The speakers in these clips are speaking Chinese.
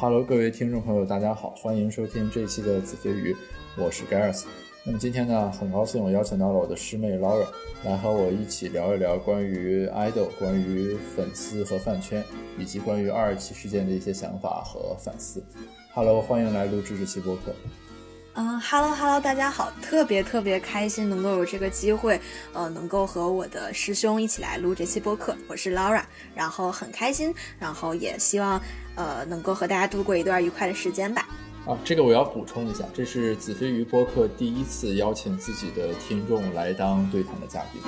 Hello， 各位听众朋友，大家好，欢迎收听这一期的子非鱼，我是 Gareth。那么今天呢，很高兴我邀请到了我的师妹 Laura 来和我一起聊一聊关于 idol、关于粉丝和饭圈，以及关于227事件的一些想法和反思。Hello， 欢迎来录制这期播客。 Hello， 大家好，特别开心能够有这个机会，能够和我的师兄一起来录这期播客。我是 Laura， 然后很开心，然后也希望能够和大家度过一段愉快的时间吧。 这个我要补充一下，这是子非鱼播客第一次邀请自己的听众来当对谈的嘉宾。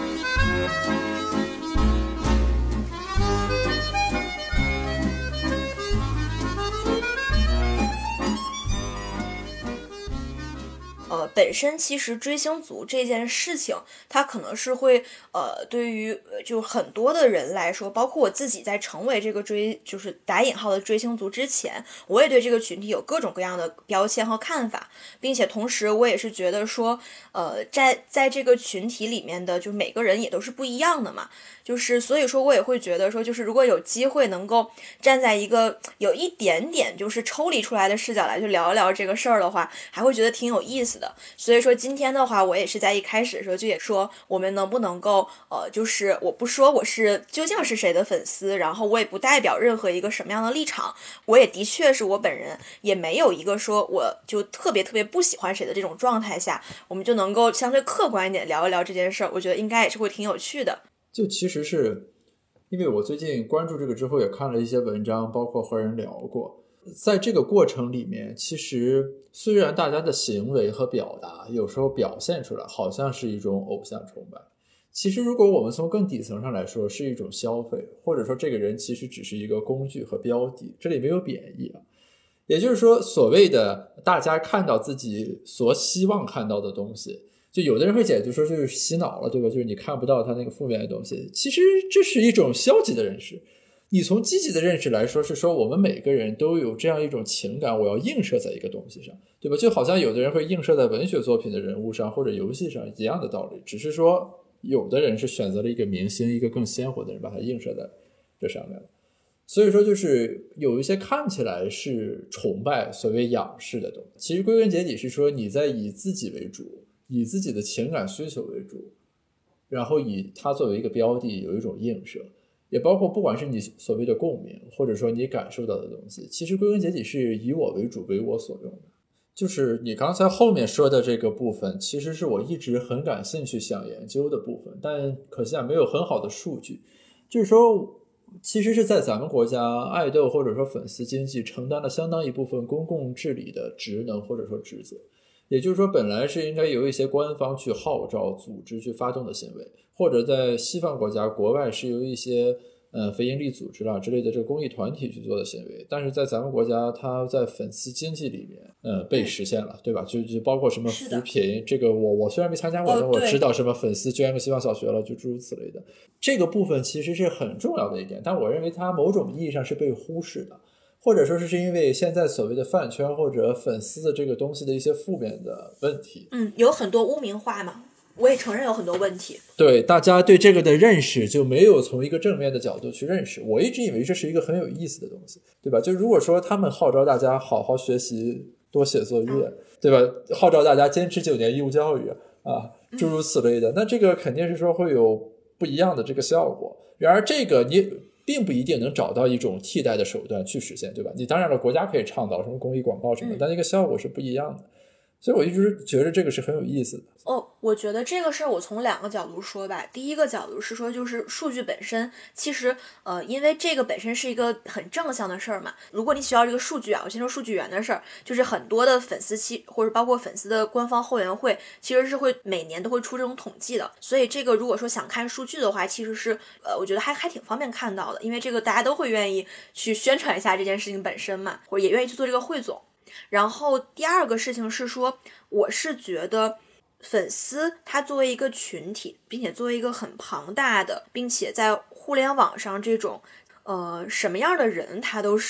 本身其实追星族这件事情，它可能是会对于就很多的人来说，包括我自己在成为这个就是打引号的追星族之前，我也对这个群体有各种各样的标签和看法，并且同时我也是觉得说在这个群体里面的就每个人也都是不一样的嘛，就是所以说我也会觉得说，就是如果有机会能够站在一个有一点点就是抽离出来的视角来去聊一聊这个事儿的话，还会觉得挺有意思的。所以说今天的话，我也是在一开始的时候就也说，我们能不能够就是我不说我是究竟是谁的粉丝，然后我也不代表任何一个什么样的立场，我也的确是我本人也没有一个说我就特别不喜欢谁的这种状态下，我们就能够相对客观一点聊一聊这件事儿，我觉得应该也是会挺有趣的。 就其实是因为我最近关注这个之后也看了一些文章，包括和人聊过，在这个过程里面，其实虽然大家的行为和表达有时候表现出来好像是一种偶像崇拜，其实如果我们从更底层上来说是一种消费，或者说这个人其实只是一个工具和标的，这里没有贬义啊。也就是说，所谓的大家看到自己所希望看到的东西，就有的人会解读说就是洗脑了，对吧？就是你看不到他那个负面的东西，其实这是一种消极的认识。你从积极的认识来说，是说我们每个人都有这样一种情感，我要映射在一个东西上，对吧？就好像有的人会映射在文学作品的人物上或者游戏上一样的道理，只是说有的人是选择了一个明星，一个更鲜活的人把它映射在这上面了。所以说就是有一些看起来是崇拜所谓仰视的东西，其实归根结底是说你在以自己为主，以自己的情感需求为主，然后以它作为一个标的有一种映射，也包括不管是你所谓的共鸣或者说你感受到的东西，其实归根结底是以我为主，为我所用的。就是你刚才后面说的这个部分，其实是我一直很感兴趣想研究的部分，但可惜没有很好的数据。就是说其实是在咱们国家，爱豆或者说粉丝经济承担了相当一部分公共治理的职能或者说职责，也就是说本来是应该由一些官方去号召组织去发动的行为，或者在西方国家国外是由一些非营利组织啦之类的这个公益团体去做的行为，但是在咱们国家它在粉丝经济里面被实现了，对吧？就包括什么扶贫，这个我虽然没参加过，但我知道什么粉丝捐个希望小学了，就诸如此类的。这个部分其实是很重要的一点，但我认为它某种意义上是被忽视的，或者说是因为现在所谓的饭圈或者粉丝的这个东西的一些负面的问题， 有很多污名化嘛，我也承认有很多问题。 对，大家对这个的认识就没有从一个正面的角度去认识。我一直以为这是一个很有意思的东西，对吧？就如果说他们号召大家好好学习，多写作业，对吧？号召大家坚持9年义务教育啊，诸如此类的，那这个肯定是说会有不一样的这个效果。然而这个你并不一定能找到一种替代的手段去实现，对吧？你当然了，国家可以倡导什么公益广告什么的，但那个效果是不一样的。所以我一直觉得这个是很有意思的。 我觉得这个事儿我从2个角度说吧。第一个角度是说，就是数据本身，其实因为这个本身是一个很正向的事儿嘛。如果你需要这个数据啊，我先说数据源的事儿，就是很多的粉丝或者包括粉丝的官方后援会，其实是会每年都会出这种统计的。所以这个如果说想看数据的话，其实是我觉得还挺方便看到的，因为这个大家都会愿意去宣传一下这件事情本身嘛，或者也愿意去做这个汇总。然后第二个事情是说，我是觉得粉丝他作为一个群体，并且作为一个很庞大的，并且在互联网上这种什么样的人他都是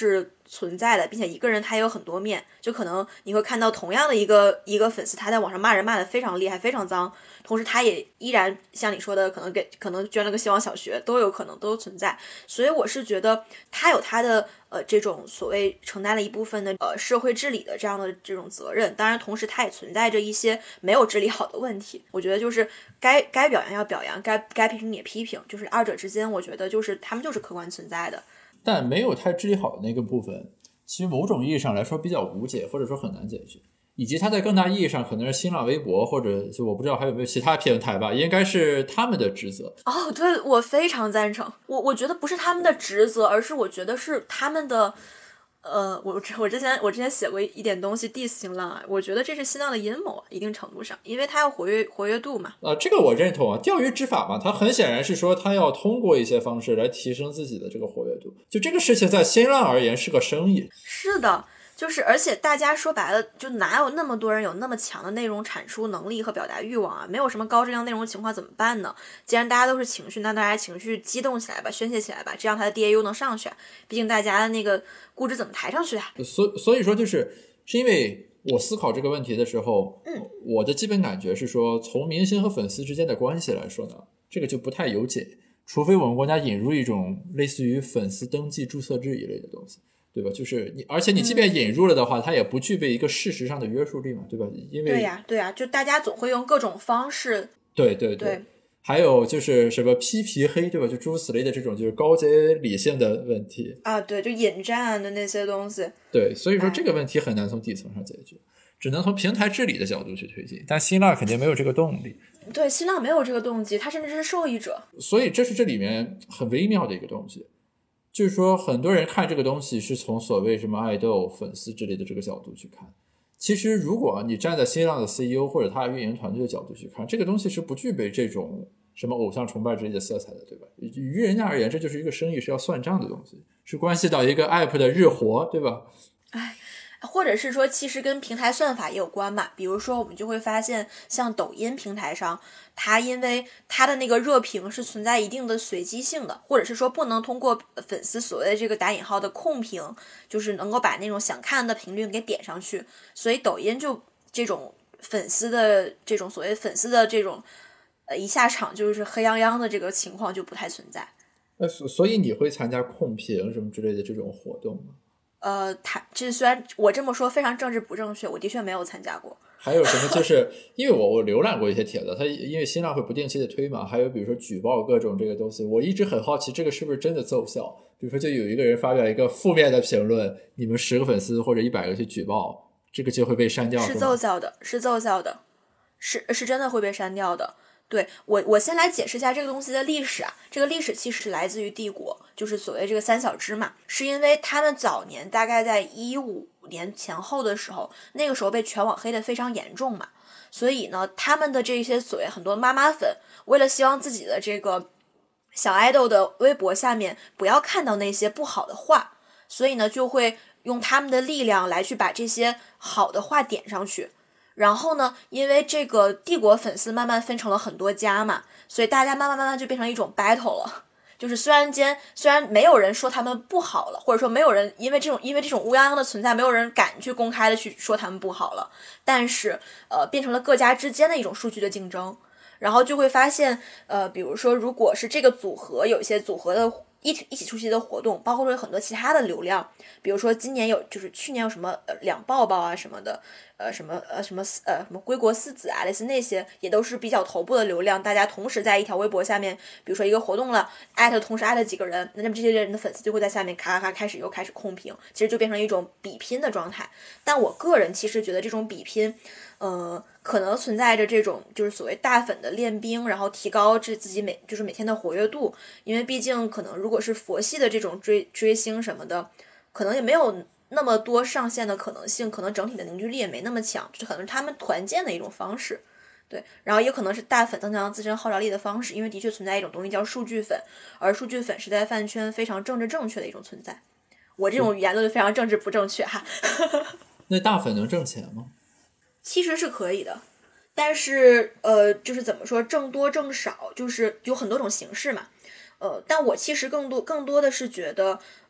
存在的，并且一个人他也有很多面，就可能你会看到同样的一个粉丝，他在网上骂人骂得非常厉害，非常脏，同时他也依然像你说的，可能捐了个希望小学，都有可能都存在。所以我是觉得他有他的这种所谓承担了一部分的社会治理的这样的这种责任，当然同时他也存在着一些没有治理好的问题。我觉得就是该表扬要表扬，该批评也批评，就是二者之间，我觉得就是他们就是客观存在的。 但没有太治理好的那个部分，其实某种意义上来说比较无解，或者说很难解决。以及它在更大意义上可能是新浪微博，或者就我不知道还有没有其他平台吧，应该是他们的职责。 哦，对，我非常赞成。我觉得不是他们的职责，而是我觉得是他们的。我之前写过一点东西 diss 新浪啊，我觉得这是新浪的阴谋，一定程度上，因为它要活跃度嘛。 这个我认同啊，钓鱼执法嘛，它很显然是说它要通过一些方式来提升自己的这个活跃度。就这个事情在新浪而言是个生意。 是的。就是而且大家说白了，就哪有那么多人有那么强的内容产出能力和表达欲望啊？没有什么高质量内容的情况怎么办呢？既然大家都是情绪，那大家情绪激动起来吧，宣泄起来吧，这样它的 DAU 能上去啊。毕竟大家的那个估值怎么抬上去啊？ 所以说是因为我思考这个问题的时候，我的基本感觉是说，从明星和粉丝之间的关系来说呢，这个就不太有解，除非我们国家引入一种类似于粉丝登记注册制一类的东西。对吧？就是你，而且你即便引入了的话，它也不具备一个事实上的约束力嘛，对吧？因为对呀，就大家总会用各种方式。 对。还有就是什么披皮黑，对吧？就诸如此类的这种就是高阶理性的问题啊，对，就引战的那些东西。 对，所以说这个问题很难从底层上解决，只能从平台治理的角度去推进。但新浪肯定没有这个动力。 对，新浪没有这个动机，它甚至是受益者。 所以这是这里面很微妙的一个东西。就是说很多人看这个东西是从所谓什么爱豆粉丝之类的这个角度去看，其实如果你站在新浪的 CEO 或者他运营团队的角度去看，这个东西是不具备这种什么偶像崇拜之类的色彩的，对吧？于人家而言，这就是一个生意，是要算账的东西，是关系到一个 app 的日活，对吧？ 或者是说其实跟平台算法也有关嘛，比如说我们就会发现像抖音平台上，它因为它的那个热评是存在一定的随机性的，或者是说不能通过粉丝所谓的这个打引号的控评，就是能够把那种想看的评论给点上去，所以抖音就这种粉丝的这种所谓粉丝的这种一下场就是黑泱泱的这个情况就不太存在。 所以你会参加控评什么之类的这种活动吗？ 这虽然我这么说非常政治不正确，我的确没有参加过。 还有什么就是因为我浏览过一些帖子，它因为新浪会不定期的推嘛，还有比如说举报各种这个东西，我一直很好奇这个是不是真的奏效。比如说就有一个人发表一个负面的评论，你们10个粉丝或者100个去举报，这个就会被删掉。 是奏效的，是奏效的，是真的会被删掉的。对，我先来解释一下这个东西的历史啊。这个历史其实来自于帝国，就是所谓这个三小只嘛，是因为他们早年大概在15年前后的时候，那个时候被全网黑得非常严重嘛，所以呢，他们的这些所谓很多妈妈粉，为了希望自己的这个小爱豆的微博下面不要看到那些不好的话，所以呢，就会用他们的力量来去把这些好的话点上去。然后呢，因为这个帝国粉丝慢慢分成了很多家嘛，所以大家慢慢就变成一种 battle 了。就是虽然没有人说他们不好了，或者说没有人因为这种乌泱泱的存在，没有人敢去公开的去说他们不好了，但是变成了各家之间的一种数据的竞争。然后就会发现比如说如果是这个组合有一些组合的一起出席的活动，包括说很多其他的流量，比如说今年就是去年有什么两抱抱啊什么的，什么归国四子啊，类似那些也都是比较头部的流量，大家同时在一条微博下面，比如说一个活动了，同时艾特几个人，那么这些人的粉丝就会在下面咔咔开始控评，其实就变成一种比拼的状态。但我个人其实觉得这种比拼可能存在着这种就是所谓大粉的练兵，然后提高自己每天的活跃度，因为毕竟可能如果是佛系的这种追星什么的，可能也没有那么多上线的可能性，可能整体的凝聚力也没那么强，这可能是他们团建的一种方式。对，然后也可能是大粉增强自身号召力的方式，因为的确存在一种东西叫数据粉，而数据粉是在饭圈非常政治正确的一种存在。我这种言论就非常政治不正确哈。 那大粉能挣钱吗？ 其实是可以的，但是就是怎么说，挣多挣少，就是有很多种形式嘛。但我其实更多的是觉得，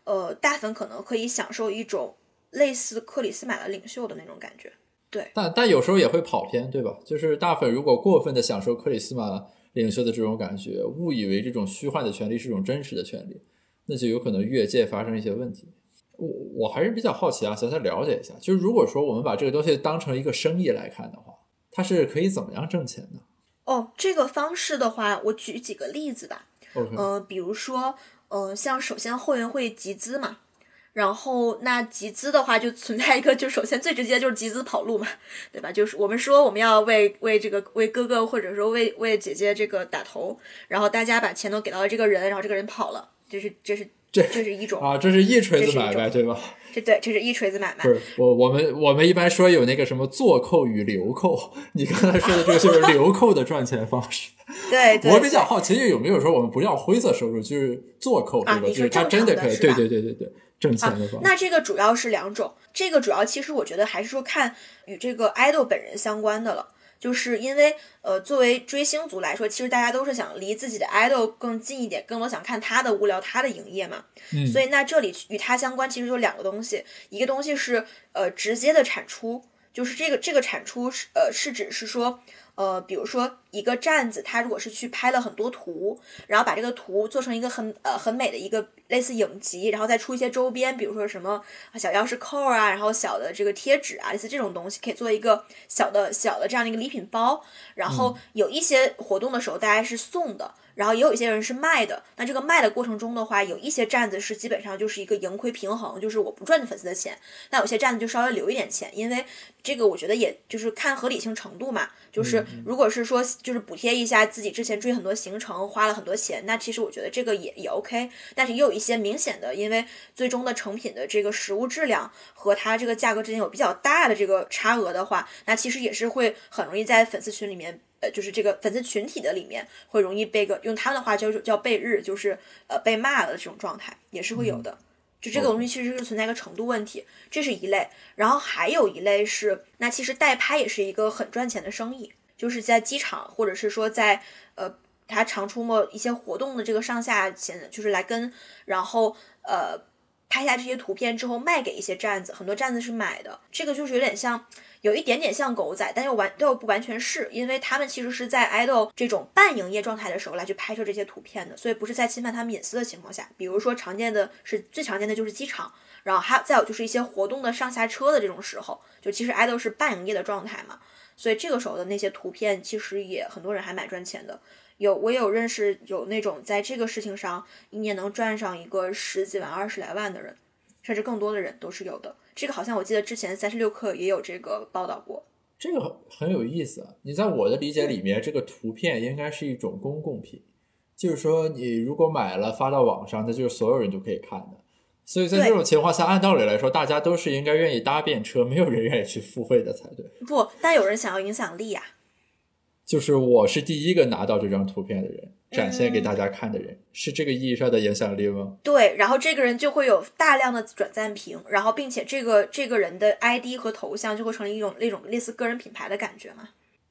大粉可能可以享受一种类似克里斯玛的领袖的那种感觉。对， 但有时候也会跑偏，对吧？就是大粉如果过分的享受克里斯玛领袖的这种感觉，误以为这种虚幻的权利是一种真实的权利，那就有可能越界发生一些问题。我还是比较好奇啊，想了解一下，就是如果说我们把这个东西当成一个生意来看的话，它是可以怎么样挣钱呢？ 这个方式的话，我举几个例子吧。 Okay. 比如说，像首先后援会集资嘛，然后那集资的话就存在一个，就首先最直接就是集资跑路嘛，对吧？就是我们说我们要为哥哥或者说为姐姐这个打头，然后大家把钱都给到了这个人，然后这个人跑了，这是一种啊，这是一锤子买卖，对吧？ 这是一锤子买卖。 不是我们一般说有那个什么做扣与流扣，你刚才说的这个就是流扣的赚钱方式。 对， 我比较好奇有没有说我们不要灰色收入，就是做扣，对吧？就是它真的可以，对挣钱的方式。 那这个主要是两种，这个主要其实我觉得还是说看与这个 idol 本人相关的了。就是因为作为追星族来说，其实大家都是想离自己的 idol 更近一点，更多想看他的物料，他的营业嘛。所以那这里与他相关其实就两个东西，一个东西是直接的产出，就是这个产出是指是说比如说一个站子，他如果是去拍了很多图，然后把这个图做成一个很美的一个类似影集，然后再出一些周边，比如说什么小钥匙扣啊，然后小的这个贴纸啊，类似这种东西，可以做一个小的这样的一个礼品包。然后有一些活动的时候大家是送的，然后也有一些人是卖的。那这个卖的过程中的话，有一些站子是基本上就是一个盈亏平衡，就是我不赚粉丝的钱，那有些站子就稍微留一点钱，因为这个我觉得也就是看合理性程度嘛。就是如果是说就是补贴一下自己之前追很多行程花了很多钱，那其实我觉得这个也 OK。但是也有一些明显的，因为最终的成品的这个实物质量和它这个价格之间有比较大的这个差额的话，那其实也是会很容易在粉丝群里面就是这个粉丝群体的里面会容易被用他们的话叫被日，就是被骂的这种状态也是会有的。就这个东西其实是存在一个程度问题，这是一类。然后还有一类是，那其实代拍也是一个很赚钱的生意，就是在机场或者是说在他常出没一些活动的这个上下线，就是来跟，然后拍下这些图片之后卖给一些站子，很多站子是买的，这个就是有点像。有一点点像狗仔，但又不完全是，因为他们其实是在 idol 这种半营业状态的时候来去拍摄这些图片的，所以不是在侵犯他们隐私的情况下。比如说最常见的就是机场，然后再有就是一些活动的上下车的这种时候，就其实 idol 是半营业的状态嘛，所以这个时候的那些图片其实也很多人还蛮赚钱的。我也有认识有那种在这个事情上一年能赚上一个10几万、20来万的人，甚至更多的人都是有的。这个好像我记得之前36氪也有这个报道过。 这个很有意思啊！你在我的理解里面，这个图片应该是一种公共品，就是说你如果买了发到网上，那就是所有人都可以看的。所以在这种情况下，按道理来说，大家都是应该愿意搭便车，没有人愿意去付费的才对。 不，但有人想要影响力呀。 就是我是第一个拿到这张图片的人，展现给大家看的人，是这个意义上的影响力吗？ 对，然后这个人就会有大量的转赞评，然后并且这个人的 ID 和头像就会成为那种类似个人品牌的感觉嘛。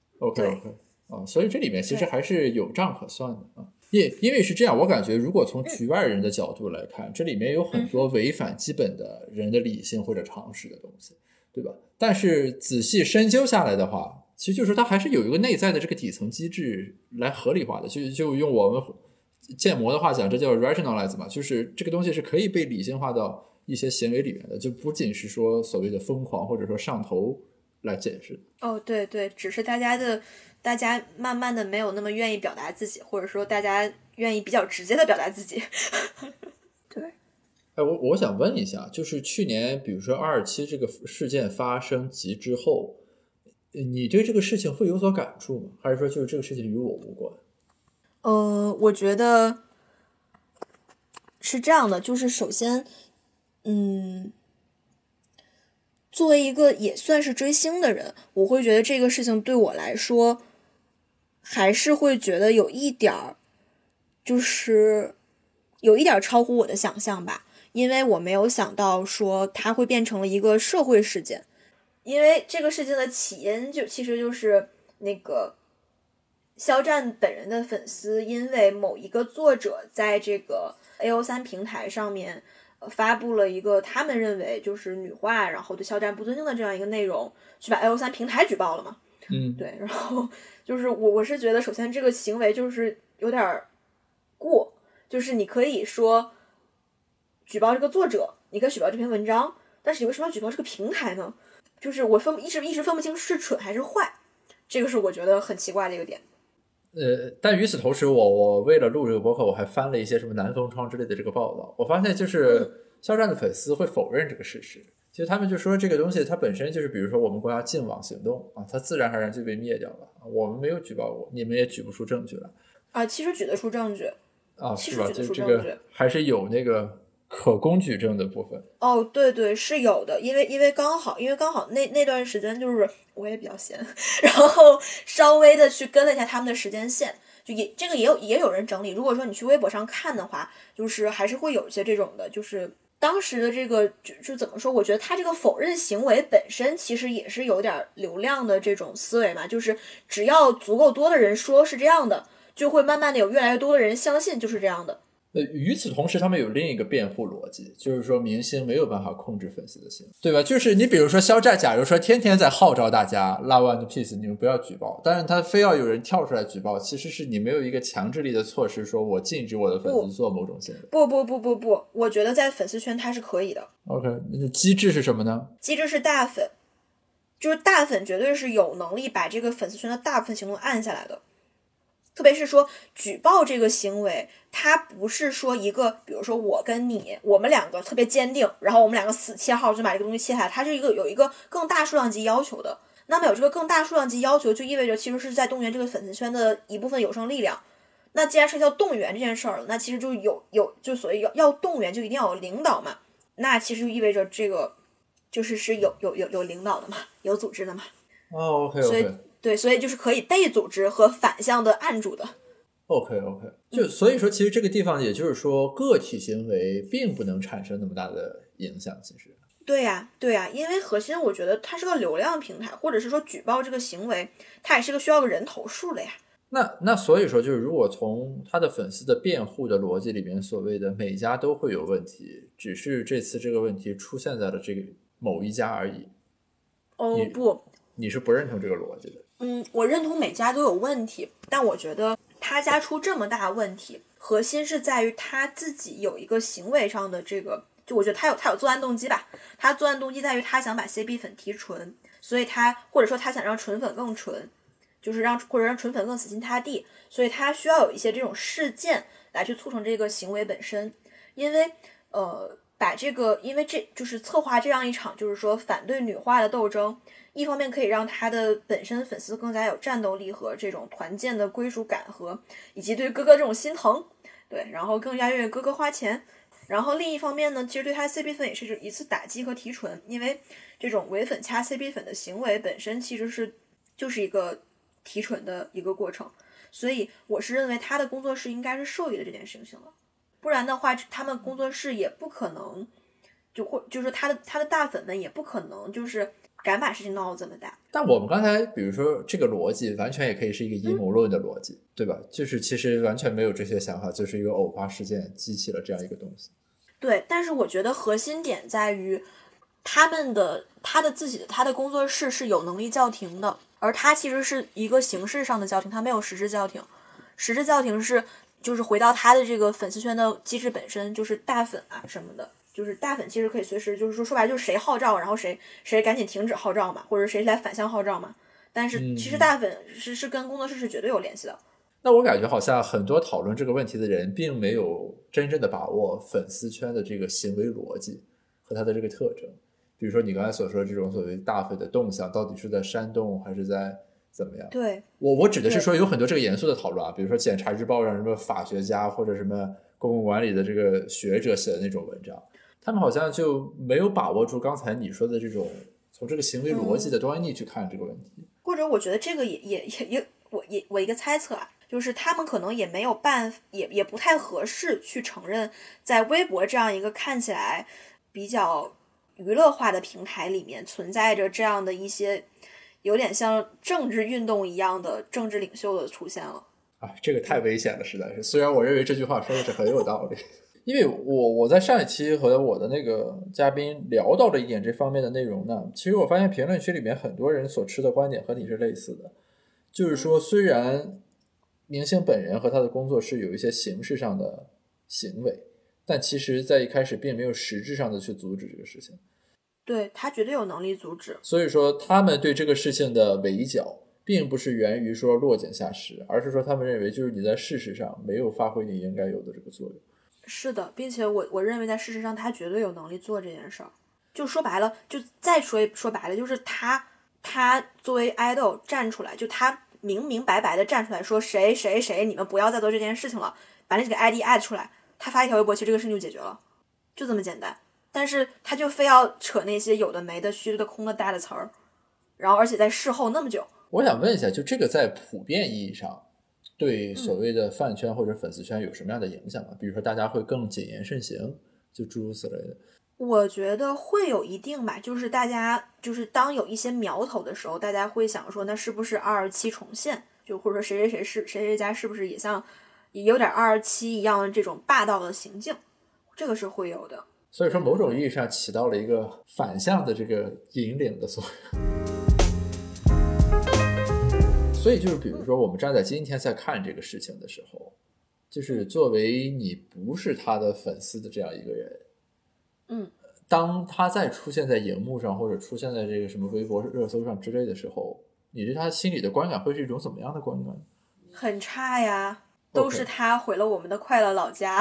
OK 所以这里面其实还是有账可算的啊。因为是这样，我感觉如果从局外人的角度来看，这里面有很多违反基本的人的理性或者常识的东西，对吧？但是仔细深究下来的话，其实就是它还是有一个内在的这个底层机制来合理化的，就用我们建模的话讲，这叫 rationalize 嘛，就是这个东西是可以被理性化到一些行为里面的，就不仅是说所谓的疯狂或者说上头来解释。 对，只是大家慢慢的没有那么愿意表达自己，或者说大家愿意比较直接的表达自己。对。 我想问一下，就是去年比如说227这个事件发生及之后，你对这个事情会有所感触吗？还是说就是这个事情与我无关？ 我觉得是这样的，就是首先，作为一个也算是追星的人，我会觉得这个事情对我来说，还是会觉得有一点超乎我的想象吧，因为我没有想到说它会变成了一个社会事件。因为这个事情的起因其实就是那个肖战本人的粉丝因为某一个作者在这个 AO3 平台上面发布了一个他们认为就是女化，然后对肖战不尊敬的这样一个内容，去把 L3 平台举报了嘛。对，然后就是我是觉得，首先这个行为就是有点过，就是你可以说举报这个作者，你可以举报这篇文章，但是你为什么要举报这个平台呢？就是我一直分不清是蠢还是坏，这个是我觉得很奇怪的一个点。 但与此同时，我为了录这个播客，我还翻了一些什么南风窗之类的这个报道，我发现就是肖战的粉丝会否认这个事实。其实他们就说这个东西它本身就是，比如说我们国家禁网行动啊，它自然而然就被灭掉了。我们没有举报过，你们也举不出证据来啊。其实举得出证据啊， 是吧？ 就这个还是有那个可供举证的部分。 哦，对对，是有的，因为刚好那段时间就是我也比较闲，然后稍微的去跟了一下他们的时间线，就这个也有人整理。如果说你去微博上看的话，就是还是会有一些这种的，就是当时的这个就怎么说？我觉得他这个否认行为本身其实也是有点流量的这种思维嘛，就是只要足够多的人说是这样的，就会慢慢的有越来越多的人相信就是这样的。 与此同时他们有另一个辩护逻辑，就是说明星没有办法控制粉丝的心，对吧？就是你比如说肖战，假如说天天在号召大家 Love and Peace 你们不要举报，但是他非要有人跳出来举报，其实是你没有一个强制力的措施说我禁止我的粉丝做某种行为。 不，我觉得在粉丝圈它是可以的。 OK， 那机制是什么呢？ 机制是大粉，就是大粉绝对是有能力把这个粉丝圈的大部分行动按下来的。特别是说举报这个行为，它不是说一个，比如说我跟你，我们两个特别坚定，然后我们两个死切号就把这个东西切下来，它是有一个更大数量级要求的。那么有这个更大数量级要求，就意味着其实是在动员这个粉丝圈的一部分有生力量。那既然涉及到动员这件事儿了，那其实就就所谓要动员，就一定要有领导嘛。那其实就意味着这个就是有领导的嘛，有组织的嘛。 哦 ，OK， 所以对，所以就是可以被组织和反向的按住的。 OK， 就所以说，其实这个地方也就是说，个体行为并不能产生那么大的影响。其实， 对呀，因为核心我觉得它是个流量平台，或者是说举报这个行为，它也是个需要个人头数的呀。 那所以说，就是如果从他的粉丝的辩护的逻辑里面，所谓的每家都会有问题，只是这次这个问题出现在了这个某一家而已。 哦，不， 你是不认同这个逻辑的？ 我认同每家都有问题，但我觉得他家出这么大问题，核心是在于他自己有一个行为上的这个，就我觉得他有作案动机吧。他作案动机在于他想把 CB 粉提纯，所以或者说他想让纯粉更纯，就是或者让纯粉更死心塌地，所以他需要有一些这种事件来去促成这个行为本身。因为因为这就是策划这样一场就是说反对女化的斗争，一方面可以让他的本身粉丝更加有战斗力和这种团建的归属感以及对哥哥这种心疼，对，然后更加愿意哥哥花钱。然后另一方面呢，其实对他 CB 粉也是一次打击和提纯，因为这种唯粉掐 CB 粉的行为本身其实就是一个提纯的一个过程，所以我是认为他的工作室应该是受益的这件事情了，不然的话他们工作室也不可能就是他的大粉们也不可能就是敢把事情闹得这么大。 但我们刚才比如说这个逻辑完全也可以是一个阴谋论的逻辑，对吧？就是其实完全没有这些想法，就是一个偶发事件激起了这样一个东西。 对，但是我觉得核心点在于他的工作室是有能力叫停的，而他其实是一个形式上的叫停，他没有实质叫停。实质叫停就是回到他的这个粉丝圈的机制本身，就是大粉啊什么的，就是大粉其实可以随时就是说白了就是谁号召，然后谁赶紧停止号召嘛，或者谁来反向号召嘛。但是其实大粉是跟工作室是绝对有联系的。 那我感觉好像很多讨论这个问题的人并没有真正的把握粉丝圈的这个行为逻辑和它的这个特征。比如说你刚才所说的这种所谓大粉的动向到底是在煽动还是在怎么样？ 对， 我指的是说有很多这个严肃的讨论啊，比如说检察日报让什么法学家或者什么公共管理的这个学者写的那种文章，他们好像就没有把握住刚才你说的这种从这个行为逻辑的端倪去看这个问题。 或者我觉得这个我一个猜测啊，就是他们可能也没有也不太合适去承认，在微博这样一个看起来比较娱乐化的平台里面存在着这样的一些有点像政治运动一样的政治领袖的出现了。 这个太危险了，实在是。虽然我认为这句话说的是很有道理。 因为我在上一期和我的那个嘉宾聊到了一点这方面的内容呢，其实我发现评论区里面很多人所持的观点和你是类似的，就是说虽然明星本人和他的工作室有一些形式上的行为，但其实在一开始并没有实质上的去阻止这个事情。 对，他绝对有能力阻止。 所以说他们对这个事情的围剿并不是源于说落井下石，而是说他们认为就是你在事实上没有发挥你应该有的这个作用。 是的，并且我认为在事实上他绝对有能力做这件事儿。就说白了，就再说白了，就是他作为 idol 站出来，就他明明白白的站出来说谁谁谁，你们不要再做这件事情了，把那几个 ID 艾特出来，他发一条微博，其实这个事情就解决了，就这么简单。但是他就非要扯那些有的没的、虚的、空的、大的词儿，然后而且在事后那么久。 我想问一下，就这个在普遍意义上对所谓的饭圈或者粉丝圈有什么样的影响吗？比如说大家会更谨言慎行，就诸如此类的。 我觉得会有一定吧，就是大家就是当有一些苗头的时候，大家会想说，那是不是227重现？就或者说谁谁谁是谁谁家是不是也有点227一样的这种霸道的行径？这个是会有的。 所以说某种意义上起到了一个反向的这个引领的作用。所以就是比如说我们站在今天在看这个事情的时候，就是作为你不是他的粉丝的这样一个人，当他再出现在荧幕上或者出现在这个什么微博热搜上之类的时候，你对他心里的观感会是一种怎么样的观感？ 很差呀，都是他毁了我们的快乐老家。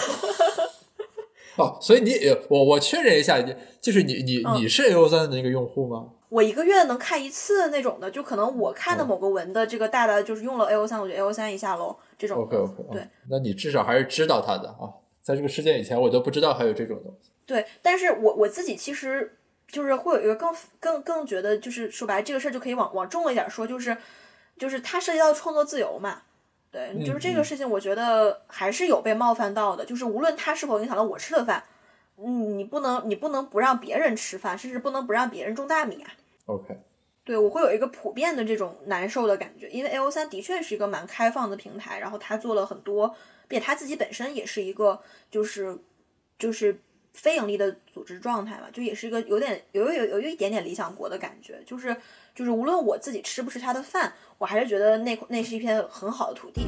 哦，所以我确认一下，就是你是 AO3 的那个用户吗？ 我一个月能看一次那种的，就可能我看的某个文的这个大的就是用了 AO3，我觉得 AO3 一下喽，这种。 OK， 对， 那你至少还是知道他的啊，在这个事件以前我都不知道还有这种东西。 对，但是我自己其实就是会有一个更觉得，就是说白了这个事儿就可以往重了一点说，就是它涉及到创作自由嘛。对，就是这个事情，我觉得还是有被冒犯到的。就是无论它是否影响到我吃的饭，你不能不让别人吃饭，甚至不能不让别人种大米啊。 OK， 对，我会有一个普遍的这种难受的感觉，因为 AO3 的确是一个蛮开放的平台，然后他做了很多，并且他自己本身也是一个就是非盈利的组织状态嘛，就也是一个有一点点理想国的感觉，就是无论我自己吃不吃他的饭，我还是觉得那是一片很好的土地。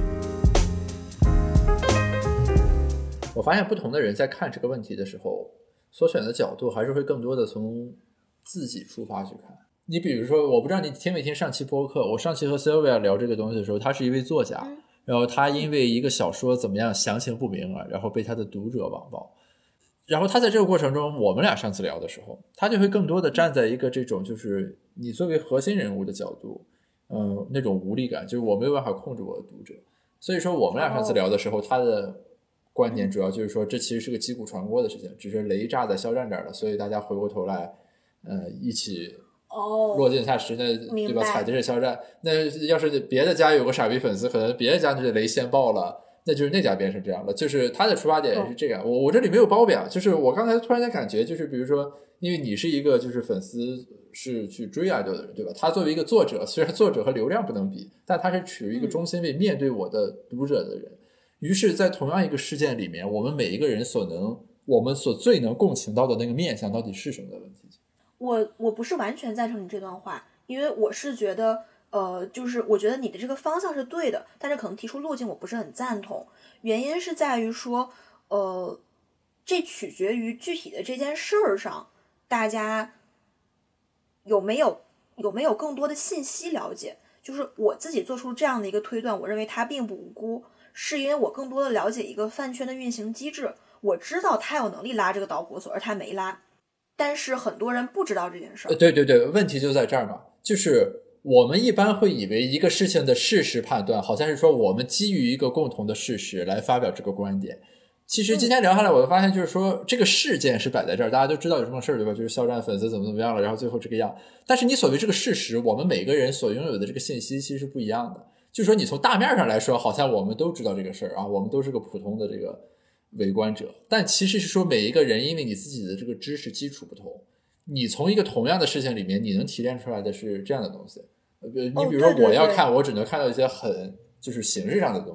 我发现不同的人在看这个问题的时候，所选的角度还是会更多的从自己出发去看。你比如说，我不知道你听没听上期播客，我上期和 Sylvia 聊这个东西的时候，他是一位作家，然后他因为一个小说怎么样详情不明然后被他的读者网暴。然后他在这个过程中，我们俩上次聊的时候，他就会更多的站在一个这种就是你作为核心人物的角度，那种无力感，就是我没有办法控制我的读者。所以说我们俩上次聊的时候，他的观点主要就是说，这其实是个击鼓传锅的事情，只是雷炸在肖战这儿了，所以大家回过头来，一起落井下石，那对吧？踩的是肖战。那要是别的家有个傻逼粉丝，可能别的家就是雷先爆了。那就是那家变成这样了，就是他的出发点也是这样。我这里没有褒贬，就是我刚才突然间感觉，就是比如说，因为你是一个就是粉丝是去追爱豆的人，对吧？他作为一个作者，虽然作者和流量不能比，但他是处于一个中心位，面对我的读者的人。于是，在同样一个事件里面，我们每一个人我们所最能共情到的那个面向到底是什么的问题？ 我不是完全赞成你这段话，因为我是觉得。就是我觉得你的这个方向是对的，但是可能提出路径我不是很赞同。原因是在于说，这取决于具体的这件事儿上，大家有没有更多的信息了解。就是我自己做出这样的一个推断，我认为他并不无辜，是因为我更多的了解一个饭圈的运行机制，我知道他有能力拉这个导火索，而他没拉。但是很多人不知道这件事儿。 对，问题就在这儿嘛，就是我们一般会以为一个事情的事实判断，好像是说我们基于一个共同的事实来发表这个观点。其实今天聊下来，我就发现就是说，这个事件是摆在这儿，大家都知道有什么事儿，对吧？就是肖战粉丝怎么样了，然后最后这个样。但是你所谓这个事实，我们每个人所拥有的这个信息其实是不一样的。就是说，你从大面上来说，好像我们都知道这个事儿啊，我们都是个普通的这个围观者。但其实是说，每一个人因为你自己的这个知识基础不同，你从一个同样的事情里面，你能提炼出来的是这样的东西。你比如说我要看，我只能看到一些很就是形式上的东西。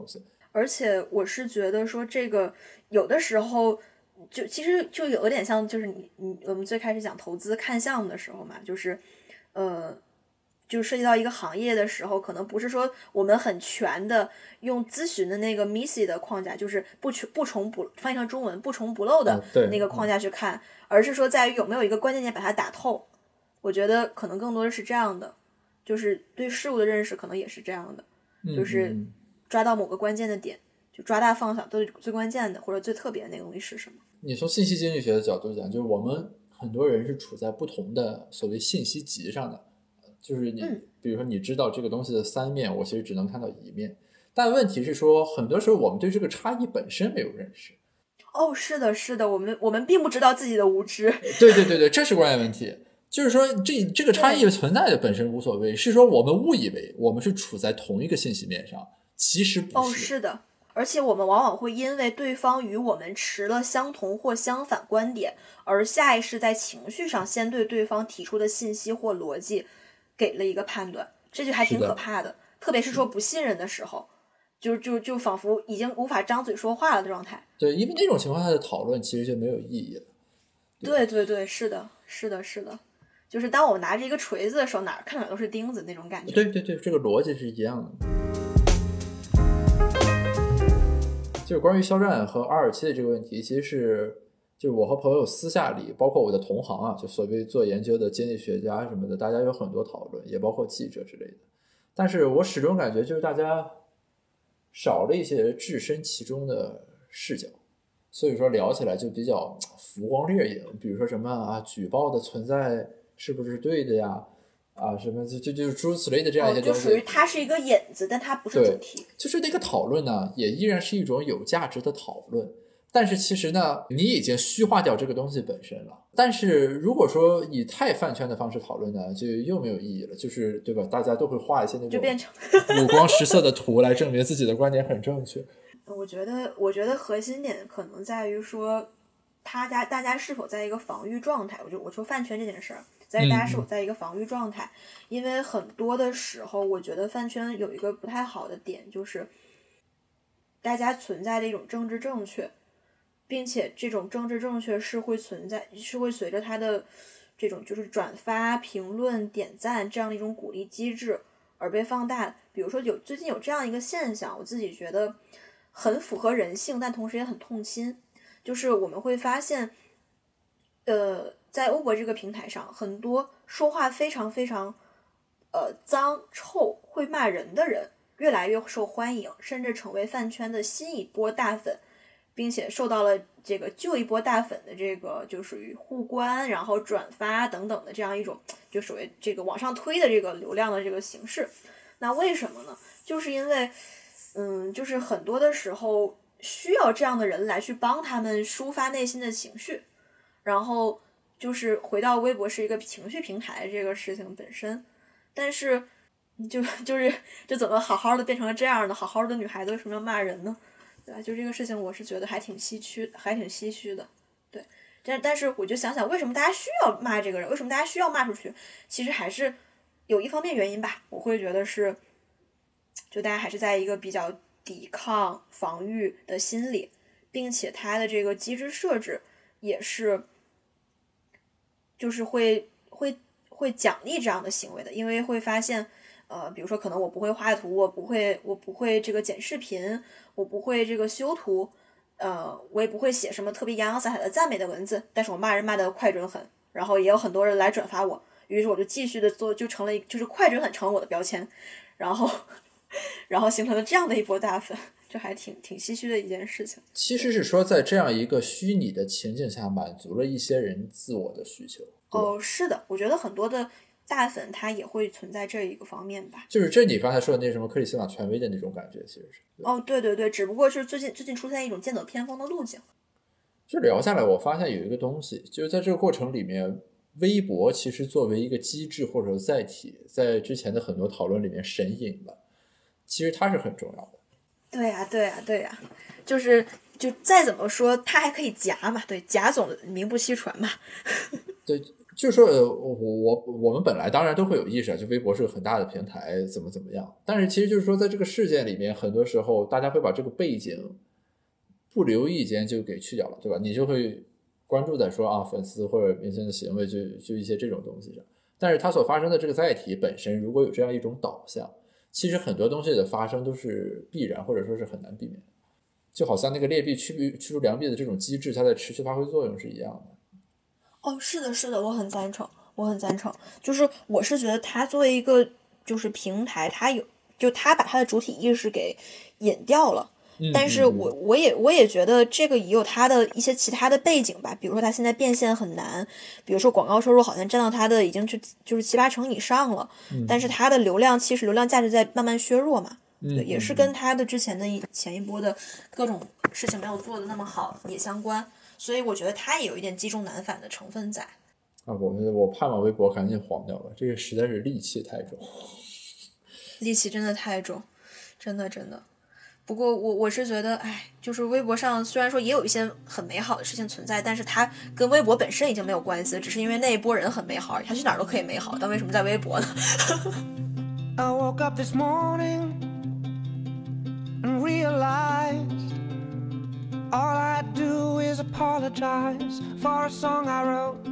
而且我是觉得说这个有的时候就其实就有点像就是我们最开始讲投资看项目的时候嘛，就是就涉及到一个行业的时候，可能不是说我们很全的用咨询的那个 MISI 的框架，就是不重不翻译成中文不重不漏的那个框架去看，而是说在于有没有一个关键点把它打透。我觉得可能更多的是这样的，就是对事物的认识可能也是这样的，就是抓到某个关键的点，就抓大放小，都是最关键的或者最特别的那个东西是什么。 你从信息经济学的角度讲，就是我们很多人是处在不同的所谓信息集上的，就是你比如说你知道这个东西的3面，我其实只能看到1面，但问题是说很多时候我们对这个差异本身没有认识。 哦，是的是的，我们并不知道自己的无知。 对，这是关键问题。就是说这个差异存在的本身无所谓，是说我们误以为我们是处在同一个信息面上，其实不是。 哦，是的，而且我们往往会因为对方与我们持了相同或相反观点，而下意识在情绪上先对对方提出的信息或逻辑给了一个判断，这就还挺可怕的。特别是说不信任的时候，就仿佛已经无法张嘴说话了的状态。 对，因为那种情况下的讨论其实就没有意义了。 对，是的，就是当我拿着一个锤子的时候，哪看哪都是钉子那种感觉。 对，这个逻辑是一样的。就是关于肖战和227的这个问题，其实是就是我和朋友私下里，包括我的同行啊，就所谓做研究的经济学家什么的，大家有很多讨论，也包括记者之类的。但是我始终感觉就是大家少了一些置身其中的视角，所以说聊起来就比较浮光掠影。比如说什么啊，举报的存在是不是对的呀？啊，什么就是诸如此类的这样一些东西， 就属于它是一个引子，但它不是主题。 就是那个讨论呢，也依然是一种有价值的讨论。但是其实呢，你已经虚化掉这个东西本身了。但是如果说以太饭圈的方式讨论呢，就又没有意义了，就是对吧？大家都会画一些那种就变成五光十色的图来证明自己的观点很正确。 我觉得核心点可能在于说，大家是否在一个防御状态。我说饭圈这件事儿。大家是否在一个防御状态，因为很多的时候我觉得饭圈有一个不太好的点，就是大家存在的一种政治正确，并且这种政治正确是会随着它的这种就是转发、评论、点赞这样的一种鼓励机制而被放大。比如说最近有这样一个现象，我自己觉得很符合人性，但同时也很痛心，就是我们会发现在微博这个平台上，很多说话非常非常脏臭会骂人的人越来越受欢迎，甚至成为饭圈的新一波大粉，并且受到了这个旧一波大粉的这个就属于互关然后转发等等的这样一种就属于这个往上推的这个流量的这个形式。那为什么呢？就是因为就是很多的时候需要这样的人来去帮他们抒发内心的情绪，然后就是回到微博是一个情绪平台这个事情本身，但是就怎么好好的变成了这样的，好好的女孩子为什么要骂人呢？对吧？就这个事情我是觉得还挺唏嘘的。对，但是我就想想为什么大家需要骂这个人，为什么大家需要骂出去，其实还是有一方面原因吧，我会觉得是就大家还是在一个比较抵抗防御的心理，并且它的这个机制设置也是就是会奖励这样的行为的，因为会发现比如说可能我不会画图，我不会这个剪视频，我不会这个修图，我也不会写什么特别洋洋洒洒的赞美的文字，但是我骂人骂的快准狠，然后也有很多人来转发我，于是我就继续的做，就成了就是快准狠成了我的标签，然后形成了这样的一波大粉，这还挺唏嘘的一件事情。 其实是说在这样一个虚拟的情境下，满足了一些人自我的需求。 是的，我觉得很多的大粉他也会存在这一个方面吧， 就是这你刚才说的那什么克里斯玛权威的那种感觉，其实是对，只不过是最近出现一种剑走偏锋的路径。 就聊下来我发现有一个东西，就是在这个过程里面，微博其实作为一个机制或者载体，在之前的很多讨论里面神隐了，其实它是很重要的。 对呀，就再怎么说它还可以夹嘛，对，夹总名不虚传嘛。 对， 就是说我们本来当然都会有意识啊，就微博是个很大的平台，怎么样，但是其实就是说在这个事件里面，很多时候大家会把这个背景不留意间就给去掉了，对吧？你就会关注在说啊粉丝或者明星的行为就一些这种东西上，但是它所发生的这个载体本身如果有这样一种导向，其实很多东西的发生都是必然或者说是很难避免，就好像那个劣币驱逐良币的这种机制，它在持续发挥作用是一样的。 哦，是的，是的，我很赞成，我很赞成。就是我是觉得它作为一个就是平台，它把它的主体意识给引掉了。但是我也觉得这个也有它的一些其他的背景吧，比如说它现在变现很难，比如说广告收入好像占到它的已经就是7-8成以上了，但是它的其实流量价值在慢慢削弱嘛，对，也是跟它的之前的前一波的各种事情没有做的那么好也相关，所以我觉得它也有一点积重难返的成分在。 啊，我盼望微博赶紧黄掉了，这个实在是戾气太重， 戾气真的太重，真的。不过我是觉得，就是微博上虽然说也有一些很美好的事情存在，但是它跟微博本身已经没有关系了，只是因为那一波人很美好，他去哪儿都可以美好，但为什么在微博呢 I woke up this morning and realized all I do is apologize for a song I wrote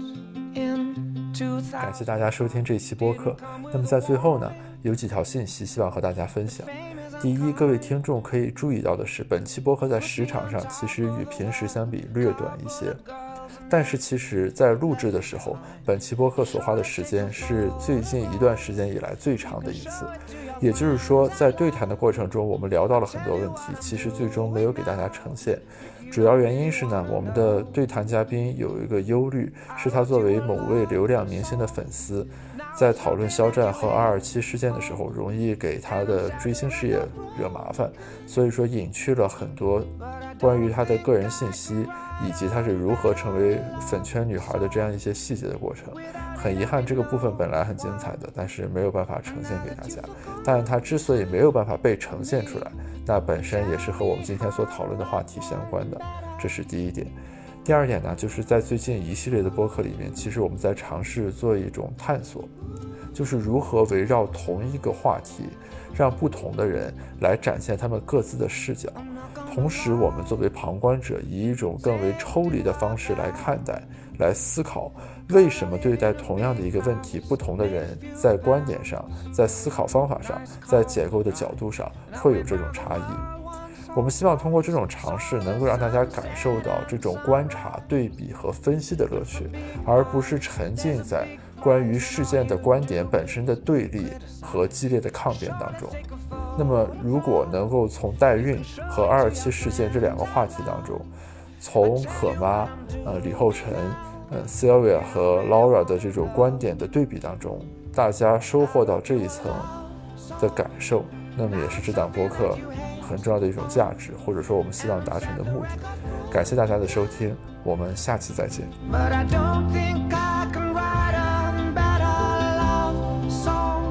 in 2000。 感谢大家收听这一期播客。那么在最后呢，有几条信息希望和大家分享。第一，各位听众可以注意到的是，本期播客在时长上其实与平时相比略短一些，但是其实在录制的时候，本期播客所花的时间是最近一段时间以来最长的一次。也就是说，在对谈的过程中，我们聊到了很多问题，其实最终没有给大家呈现。主要原因是呢，我们的对谈嘉宾有一个忧虑，是他作为某位流量明星的粉丝，在讨论肖战和227事件的时候，容易给他的追星事业惹麻烦，所以说隐去了很多关于他的个人信息，以及他是如何成为粉圈女孩的这样一些细节的过程。很遗憾，这个部分本来很精彩的，但是没有办法呈现给大家。但它之所以没有办法被呈现出来，那本身也是和我们今天所讨论的话题相关的，这是第一点。第二点呢，就是在最近一系列的播客里面，其实我们在尝试做一种探索，就是如何围绕同一个话题，让不同的人来展现他们各自的视角，同时我们作为旁观者，以一种更为抽离的方式来看待，来思考为什么对待同样的一个问题，不同的人在观点上，在思考方法上，在解构的角度上会有这种差异。我们希望通过这种尝试能够让大家感受到这种观察、对比和分析的乐趣，而不是沉浸在关于事件的观点本身的对立和激烈的抗辩当中。那么如果能够从代孕和227事件这两个话题当中，从可妈、李厚辰、Sylvia 和 Laura 的这种观点的对比当中，大家收获到这一层的感受，那么也是这档播客很重要的一种价值，或者说我们希望达成的目的。感谢大家的收听，我们下期再见。 But I don't think I can write a better love song.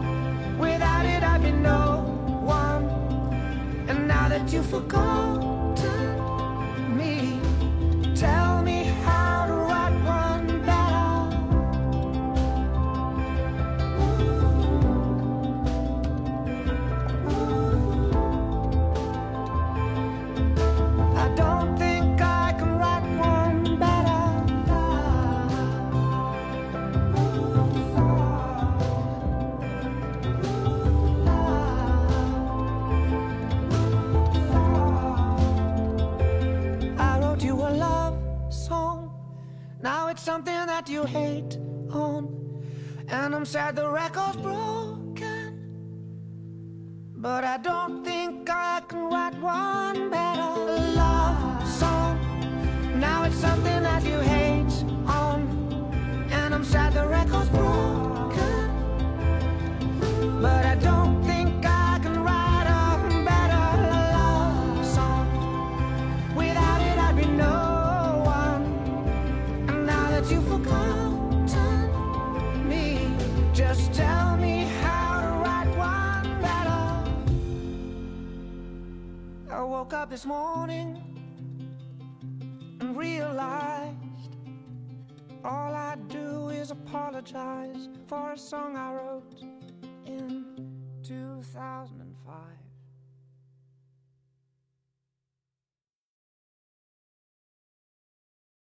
Without it I'd be no one. And now that you've forgotten me, tell me how to write one better. I don't think I can write one better. I wrote you a love song. Now it's something that you hate on. And I'm sad the record's broken. But I don't think I can write one better love song. Now it's something that you hate on. And I'm sad the record's broken. But I don't think I can write a better love song. Without it I'd be no one. And now that you've forgotten me, just tell me how to write one better. I woke up this morning and realized all I do is is apologize for a song I wrote in 2005.